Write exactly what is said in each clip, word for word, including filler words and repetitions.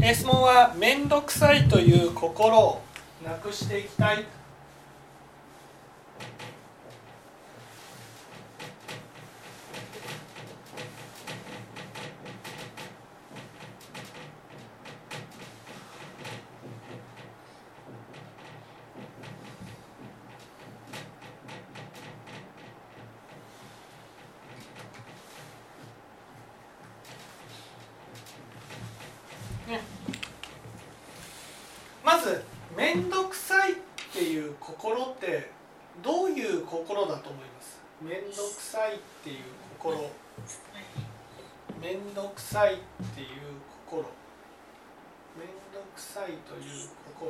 えー、質問はめんどくさいという心をなくしていきたい。ね、まずめんどくさいっていう心ってどういう心だと思います？めんどくさいっていう心、めんどくさいっていう心、めんどくさいという心、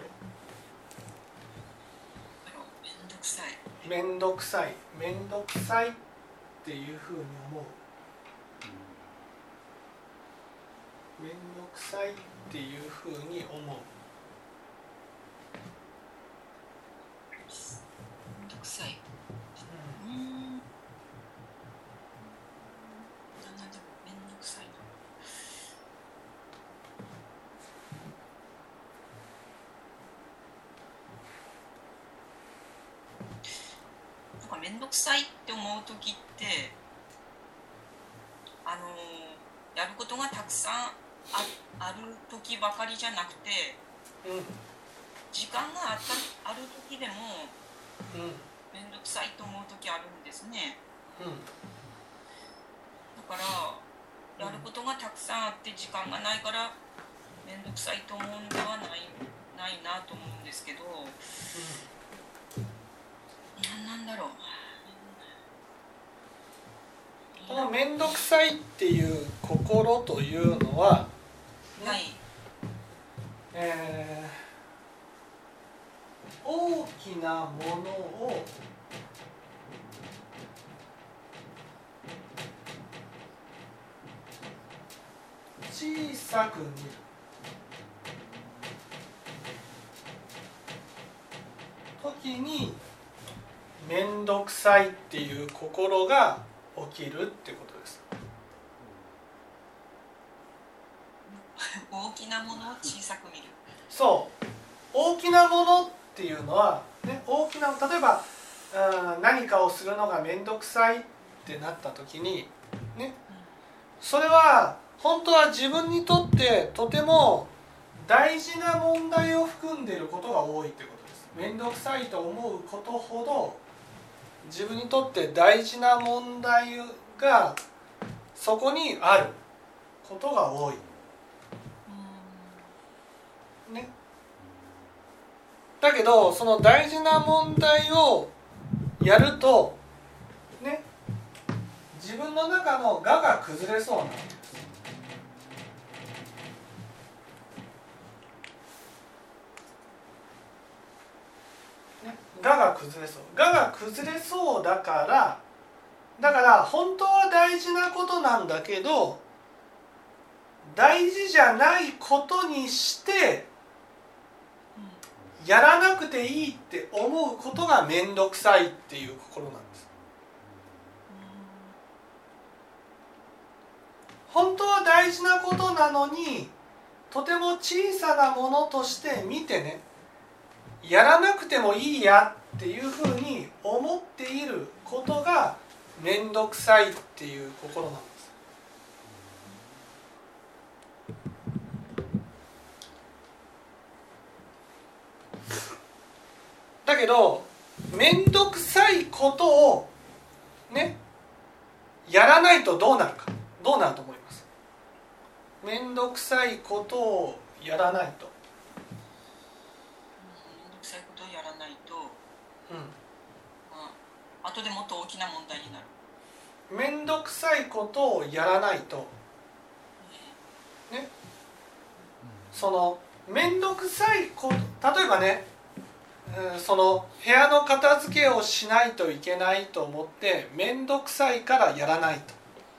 めんどくさい、 めんどくさい、めんどくさいっていうふうに思う。めんどくさいっていうふうに思う。 めんどくさい。うーん。なんだでもめんどくさいな。なんかめんどくさいって思う時って、あのー、やることがたくさんあ, ある時ばかりじゃなくて、 うん、 時間があったある時でも、 うん、 めんどくさいと思う時あるんですね。 うん、 だからやることがたくさんあって時間がないからめんどくさいと思うんではない、ないなと思うんですけど、うん、な, なんだろう。 このめんどくさいっていう心というのは、 はい、 えー、大きなものを小さく見る。時にめんどくさいっていう心が起きるってことです。 大きなものを小さく見る。 そう、大きなものっていうのは、ね、大きな例えば、うん、何かをするのがめんどくさいってなった時に、ね、それは本当は自分にとってとても大事な問題を含んでいることが多いということです。めんどくさいと思うことほど自分にとって大事な問題がそこにあることが多い。ね、だけどその大事な問題をやると、ね、自分の中の我が崩れそうなんです。ね、我が崩れそう。我が崩れそうだから、だから本当は大事なことなんだけど、大事じゃないことにしてやらなくていいって思うことがめんどくさいっていう心なんです。本当は大事なことなのにとても小さなものとして見てね、やらなくてもいいやっていうふうに思っていることがめんどくさいっていう心なんです。だけどめんどくさいことをねやらないとどうなるか、どうなると思います？めんどくさいことをやらないと、めんどくさいことをやらないと、 うんまあ、後でもっと大きな問題になる。 めんどくさいことをやらないと、ね、そのめんどくさいこと、例えばね、その部屋の片付けをしないといけないと思ってめんどくさいからやらない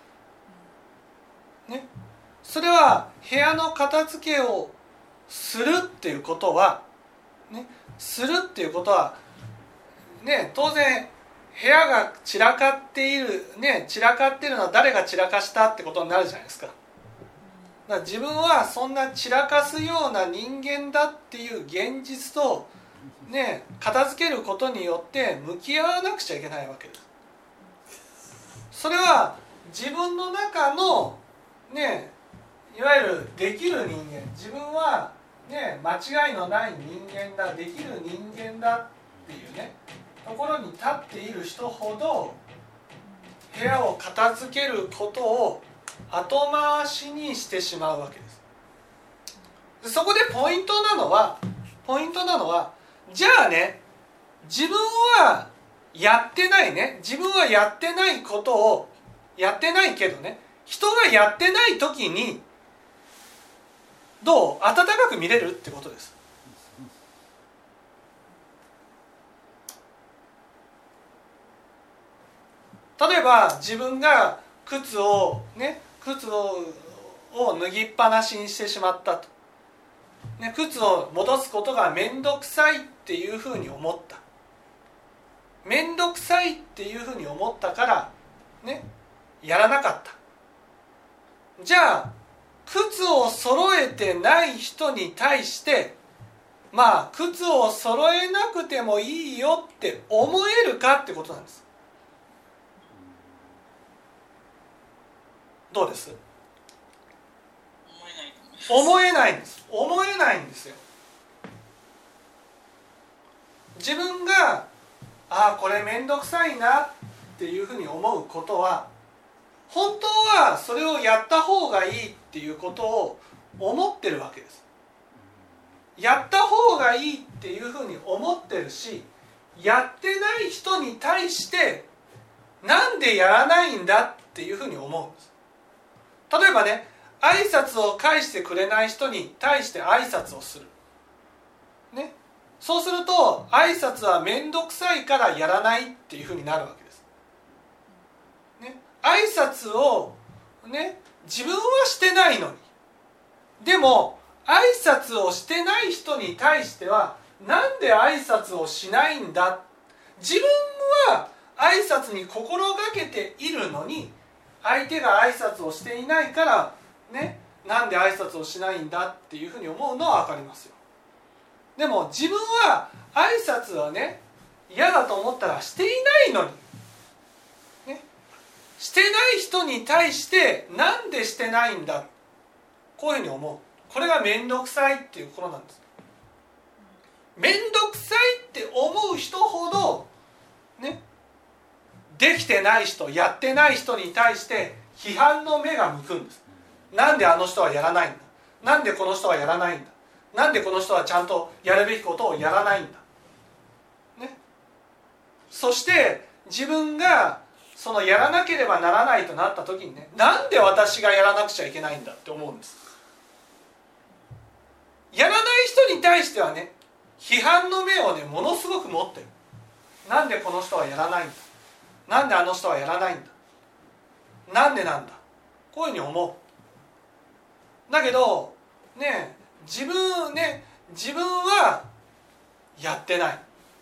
と、ね、それは部屋の片付けをするっていうことは、ね、するっていうことは、ね、当然部屋が散らかっている、ね、散らかっているのは誰が散らかしたってことになるじゃないですか。 だから自分はそんな散らかすような人間だっていう現実とね片付けることによって向き合わなくちゃいけないわけです。それは自分の中のねいわゆるできる人間、自分はね間違いのない人間だ、できる人間だっていうねところに立っている人ほど部屋を片付けることを後回しにしてしまうわけです。そこでポイントなのはポイントなのはじゃあね自分はやってないね自分はやってないことをやってないけどね人がやってない時にどう温かく見れるってことです。例えば自分が靴をね靴をを脱ぎっぱなしにしてしまったと、ね、靴を戻すことが面倒くさいっていうふうに思った、面倒くさいっていうふうに思ったからねやらなかった。じゃあ靴を揃えてない人に対してまあ靴を揃えなくてもいいよって思えるかってことなんです。どうです？思えないんです。思えないんですよ。自分がああこれ面倒くさいなっていうふうに思うことは本当はそれをやった方がいいっていうことを思ってるわけです。やった方がいいっていうふうに思ってるし、やってない人に対してなんでやらないんだっていうふうに思うんです。例えばね挨拶を返してくれない人に対して挨拶をする、ね、そうすると挨拶は面倒くさいからやらないっていうふうになるわけです、ね、挨拶を、ね、自分はしてないのにでも挨拶をしてない人に対してはなんで挨拶をしないんだ、自分は挨拶に心がけているのに相手が挨拶をしていないからね、なんで挨拶をしないんだっていうふうに思うのは分かりますよ。でも自分は挨拶はね嫌だと思ったらしていないのに、ね、してない人に対してなんでしてないんだこういうふうに思う。これが面倒くさいっていうことなんです。面倒くさいって思う人ほどねできてない人やってない人に対して批判の目が向くんです。なんであの人はやらないんだ、なんでこの人はやらないんだ、なんでこの人はちゃんとやるべきことをやらないんだ、ね、そして自分がそのやらなければならないとなった時にね、なんで私がやらなくちゃいけないんだって思うんです。やらない人に対してはね批判の目をねものすごく持ってる。なんでこの人はやらないんだ、なんであの人はやらないんだ、なんでなんだ、こういうふうに思う。だけどね自分ね自分はやってない、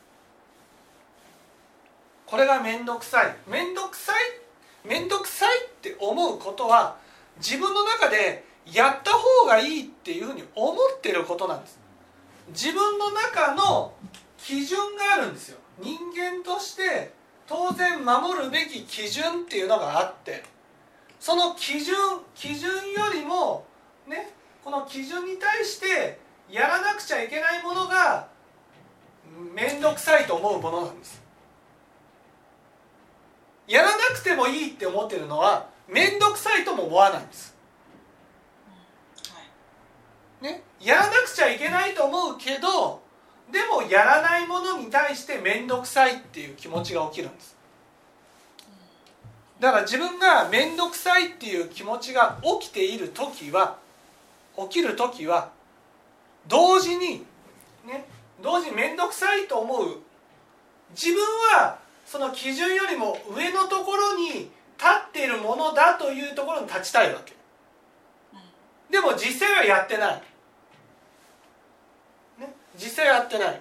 これが面倒くさい面倒くさい面倒くさいって思うことは自分の中でやった方がいいっていうふうに思ってることなんです。自分の中の基準があるんですよ。人間として当然守るべき基準っていうのがあって、その基準基準よりもねこの基準に対してやらなくちゃいけないものが面倒くさいと思うものなんです。やらなくてもいいって思ってるのは面倒くさいとも思わないんです、ね、やらなくちゃいけないと思うけどでもやらないものに対して面倒くさいっていう気持ちが起きるんです。だから自分が面倒くさいっていう気持ちが起きている時は起きる時は同時にね同時に面倒くさいと思う自分はその基準よりも上のところに立っているものだというところに立ちたいわけ。でも実際はやってない、ね、実際はやってない、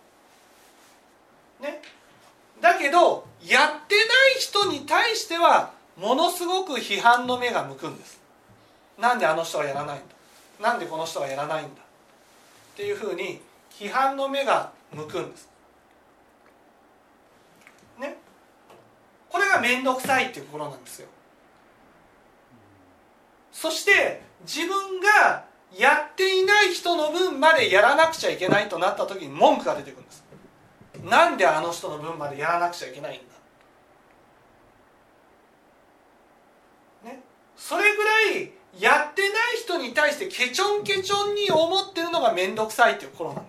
ね、だけどやってない人に対してはものすごく批判の目が向くんです。 なんであの人はやらないんだ、なんでこの人はやらないんだっていうふうに批判の目が向くんですね。これが面倒くさいっていうところなんですよ。そして自分がやっていない人の分までやらなくちゃいけないとなった時に文句が出てくるんです。なんであの人の分までやらなくちゃいけないんだ、ね、それぐらいやってない人に対してケチョンケチョンに思ってるのが面倒くさいっていうところなんです。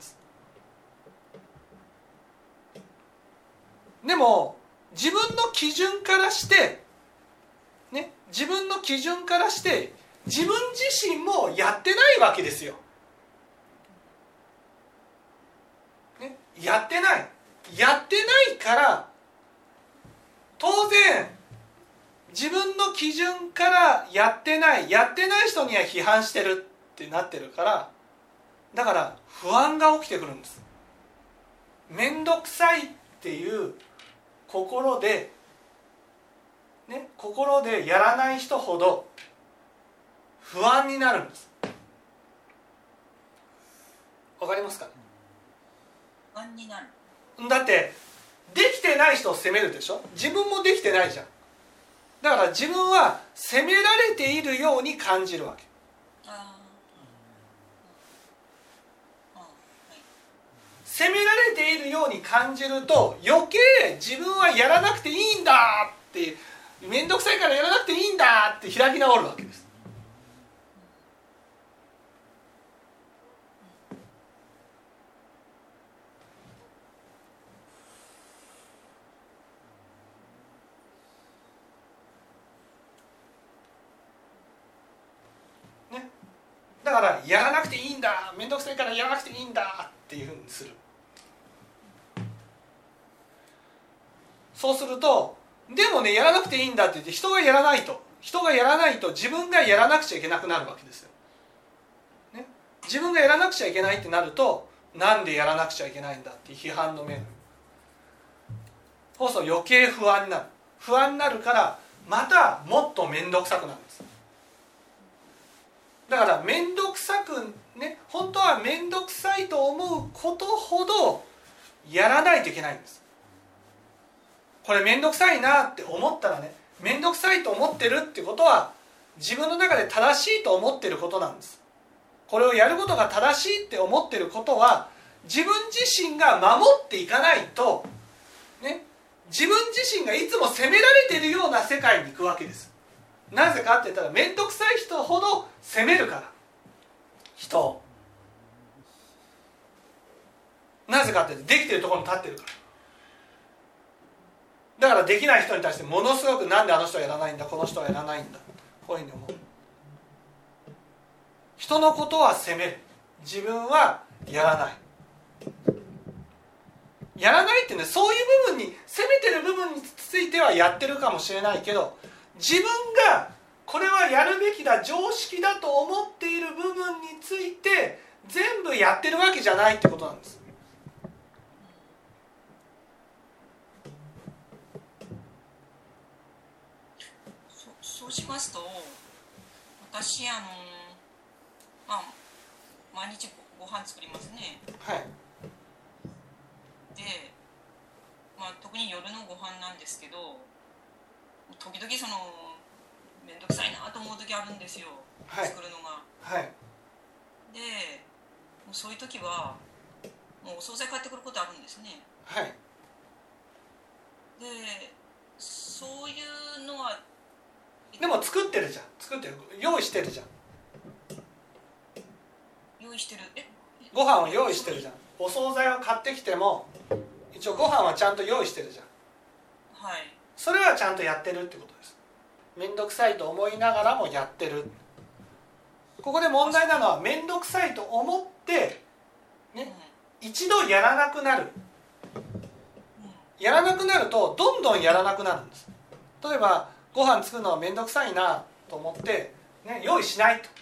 でも自分の基準からしてね、自分の基準からして自分自身もやってないわけですよ、ね、やってないやってないから当然自分の基準からやってないやってない人には批判してるってなってるから、だから不安が起きてくるんです。めんどくさいっていう心でね、心でやらない人ほど不安になるんです。わかりますかね。 不安になる。 だってできてない人を責めるでしょ。自分もできてないじゃん。だから自分は責められているように感じるわけ。 ああ、はい、 責められているように感じると余計自分はやらなくていいんだって面倒くさいからやらなくていいんだって開き直るわけです。ね、だからやらなくていいんだ面倒くさいからやらなくていいんだっていうふうにする。そうするとでもねやらなくていいんだって言って人がやらないと人がやらないと自分がやらなくちゃいけなくなるわけですよ、ね、自分がやらなくちゃいけないってなるとなんでやらなくちゃいけないんだって批判の目そうすると余計不安になる不安になるからまたもっと面倒くさくなるんです。だから面倒くさくね本当は面倒くさいと思うことほどやらないといけないんです。これ面倒くさいなって思ったらね面倒くさいと思ってるってことは自分の中で正しいと思ってることなんです。これをやることが正しいって思ってることは自分自身が守っていかないと、ね、自分自身がいつも責められているような世界に行くわけです。なぜかって言ったら面倒くさい人ほど責めるから人をなぜかってできてるところに立ってるからだからできない人に対してものすごくなんであの人はやらないんだこの人はやらないんだこういうふうに思う。人のことは責める自分はやらないやらないってねそういう部分に責めてる部分についてはやってるかもしれないけど自分がこれはやるべきだ常識だと思っている部分について全部やってるわけじゃないってことなんです。 そうしますと私あの、まあ、毎日 ご, ご飯作りますね。 はい。 で、まあ、特に夜のご飯なんですけど時々その面倒くさいなと思う時あるんですよ、はい、作るのが。 はい。 でもうそういう時はもうお惣菜買ってくることあるんですね。 はい。 でそういうのはでも作ってるじゃん作ってる用意してるじゃん用意してるえご飯を用意してるじゃん。お惣菜を買ってきても一応ご飯はちゃんと用意してるじゃん。 はい。 それはちゃんとやってるってことです。めんどくさいと思いながらもやってる。ここで問題なのはめんどくさいと思ってね、うん、一度やらなくなる、うん、やらなくなるとどんどんやらなくなるんです。例えばご飯作るのはめんどくさいなと思って、ね、用意しないと。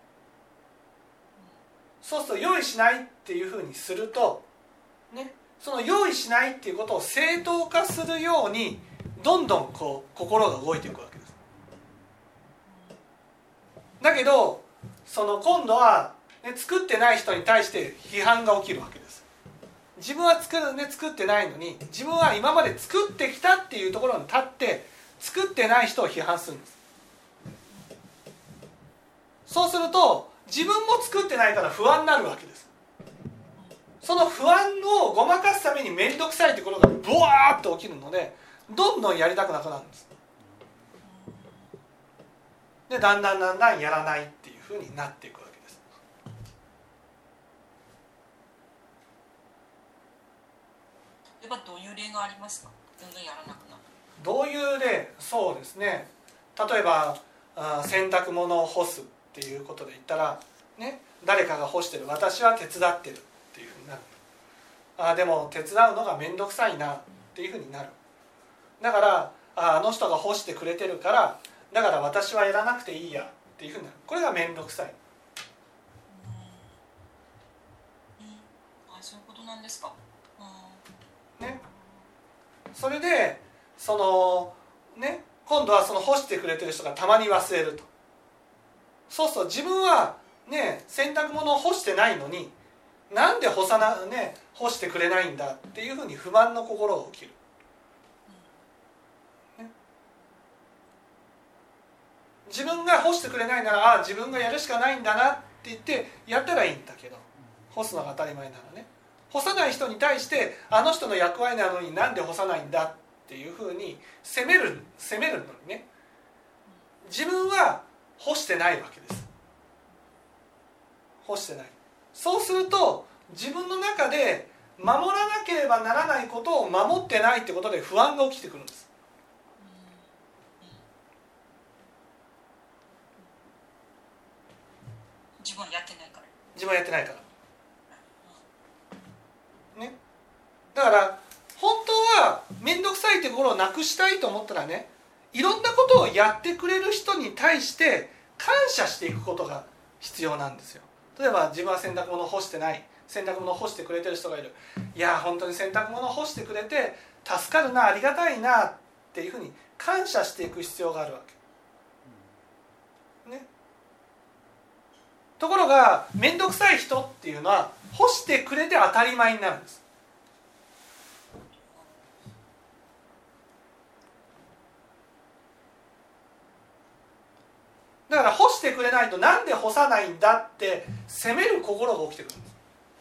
そうすると用意しないっていうふうにすると、ね、その用意しないっていうことを正当化するようにどんどんこう心が動いていくわけです。 だけどその今度は、ね、作ってない人に対して批判が起きるわけです。自分は作る、ね、作ってないのに、自分は今まで作ってきたっていうところに立って作ってない人を批判するんです。そうすると自分も作ってないから不安になるわけです。その不安をごまかすために面倒くさいところがブワーッと起きるので、どんどんやりたくなくなるんです。でだんだんだんだんやらないっていうふうになっていくわけです。 例えばどういう例がありますか？全然やらなくなる。 どういう例？そうですね、例えばあ洗濯物を干すっていうことで言ったら、ね、誰かが干してる、私は手伝ってるっていうふうになる。あでも手伝うのが面倒くさいなっていうふうになる。だからああの人が干してくれてるから、だから私はやらなくていいやっていうふうになる。これが面倒くさい。うん、 あそういうことなんですか。 うん、ね、それでそのね、今度はその干してくれてる人がたまに忘れると。そうすると自分はね洗濯物を干してないのに、なんで干さなね干してくれないんだっていうふうに不満の心が起きる。自分が干してくれないなら、ああ自分がやるしかないんだなって言ってやったらいいんだけど、干すのが当たり前ならね、干さない人に対してあの人の役割なのになんで干さないんだっていうふうに責める責めるのにね、自分は干してないわけです。干してない。そうすると自分の中で守らなければならないことを守ってないってことで不安が起きてくるんです。 自分はやってないから。 自分はやってないからね。だから本当は面倒くさいってところをなくしたいと思ったらね、いろんなことをやってくれる人に対して感謝していくことが必要なんですよ。例えば自分は洗濯物を干してない、洗濯物を干してくれてる人がいる。いや本当に洗濯物を干してくれて助かるな、ありがたいなっていうふうに感謝していく必要があるわけね。ところが面倒くさい人っていうのは干してくれて当たり前になるんです。だから干してくれないとなんで干さないんだって責める心が起きてくるんです。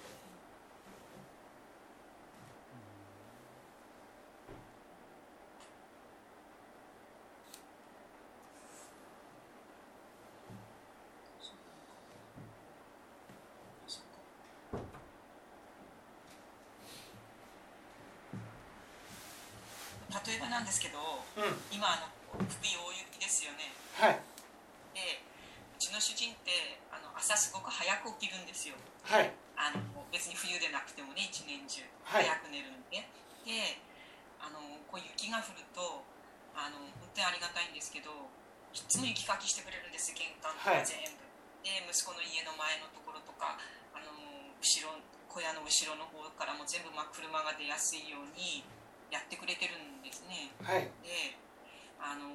例えばなんですけど、うん、今あの冬大雪ですよね。 はい。 で、うちの主人ってあの朝すごく早く起きるんですよ。 はい。 あの別に冬でなくてもね、一年中早く寝るんで、はい、で、あのこう雪が降るとあの本当にありがたいんですけど、いつも雪かきしてくれるんです、玄関とか全部。はい、で、息子の家の前のところとか、あの後ろ小屋の後ろの方からも全部まあ車が出やすいようにやってくれてるんですね。 はい、 で、あの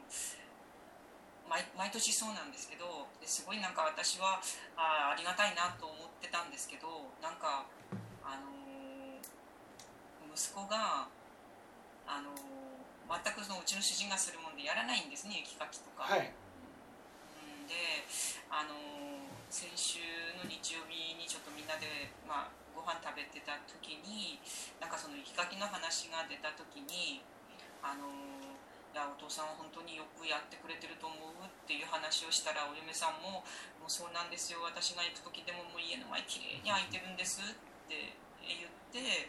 毎, 毎年そうなんですけど、すごいなんか私は あ, ありがたいなと思ってたんですけど、なんか、あの息子が、あの全くそのうちの主人がするもんでやらないんですね、雪かきとか。 はい、 うん、で、あの先週の日曜日にちょっとみんなで、まあ、ご飯食べてた時に、なんかその雪かきの話が出た時に、あのいやお父さんは本当によくやってくれてると思うっていう話をしたら、お嫁さんも「もうそうなんですよ、私が行った時でももう家の前きれいに開いてるんです」って言って、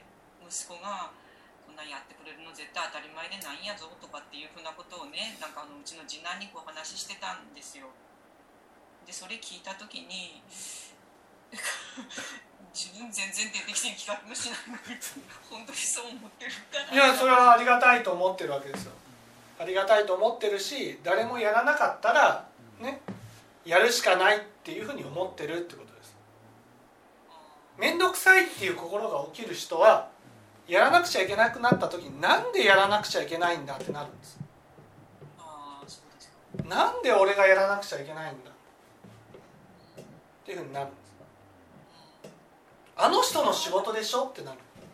息子が「こんなやってくれるの絶対当たり前でないんやぞ」とかっていうふうなことをね、なんかあのうちの次男にこう話してたんですよ。でそれ聞いた時に自分全然出てきて企画もしないのに本当にそう思ってるかな。 いやそれはありがたいと思ってるわけですよ。ありがたいと思ってるし、誰もやらなかったらね、やるしかないっていうふうに思ってるってことです。面倒くさいっていう心が起きる人は、やらなくちゃいけなくなった時になんでやらなくちゃいけないんだってなるんです。 あ、そうですか。 なんで俺がやらなくちゃいけないんだ。 っていうふうになるんです。あの人の仕事でしょってなる。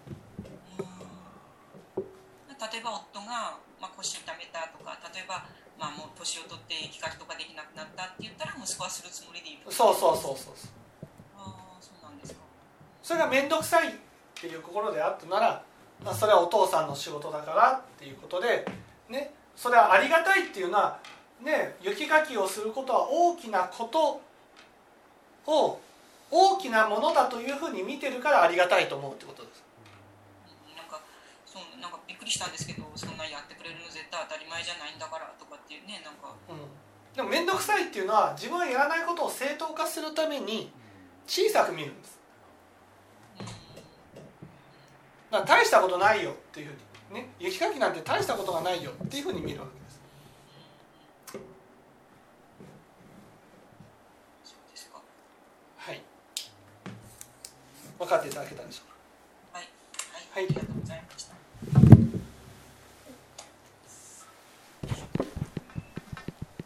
例えば夫が、まあ、腰痛めたとか、例えば、まあ、もう年を取って息かきとかできなくなったって言ったら息子はするつもりでいる。 そうそうそうそう。 ああ、そうなんですか。 それが面倒くさいっていう心であったなら、まあ、それはお父さんの仕事だからっていうことで、ね、それはありがたいっていうのは、ね、雪かきをすることは大きなことを大きなものだというふうに見てるからありがたいと思うってことです。 なんかそうなんかびっくりしたんですけど、そんなやってくれるの絶対当たり前じゃないんだからとかっていうね、なんか、 うん、でも面倒くさいっていうのは自分がやらないことを正当化するために小さく見るんです。だから大したことないよっていうふうにね、雪かきなんて大したことがないよっていうふうに見るわけです。 そうですか。 はい。分かっていただけたでしょうか。 はい、はい、はい、ありがとうございます。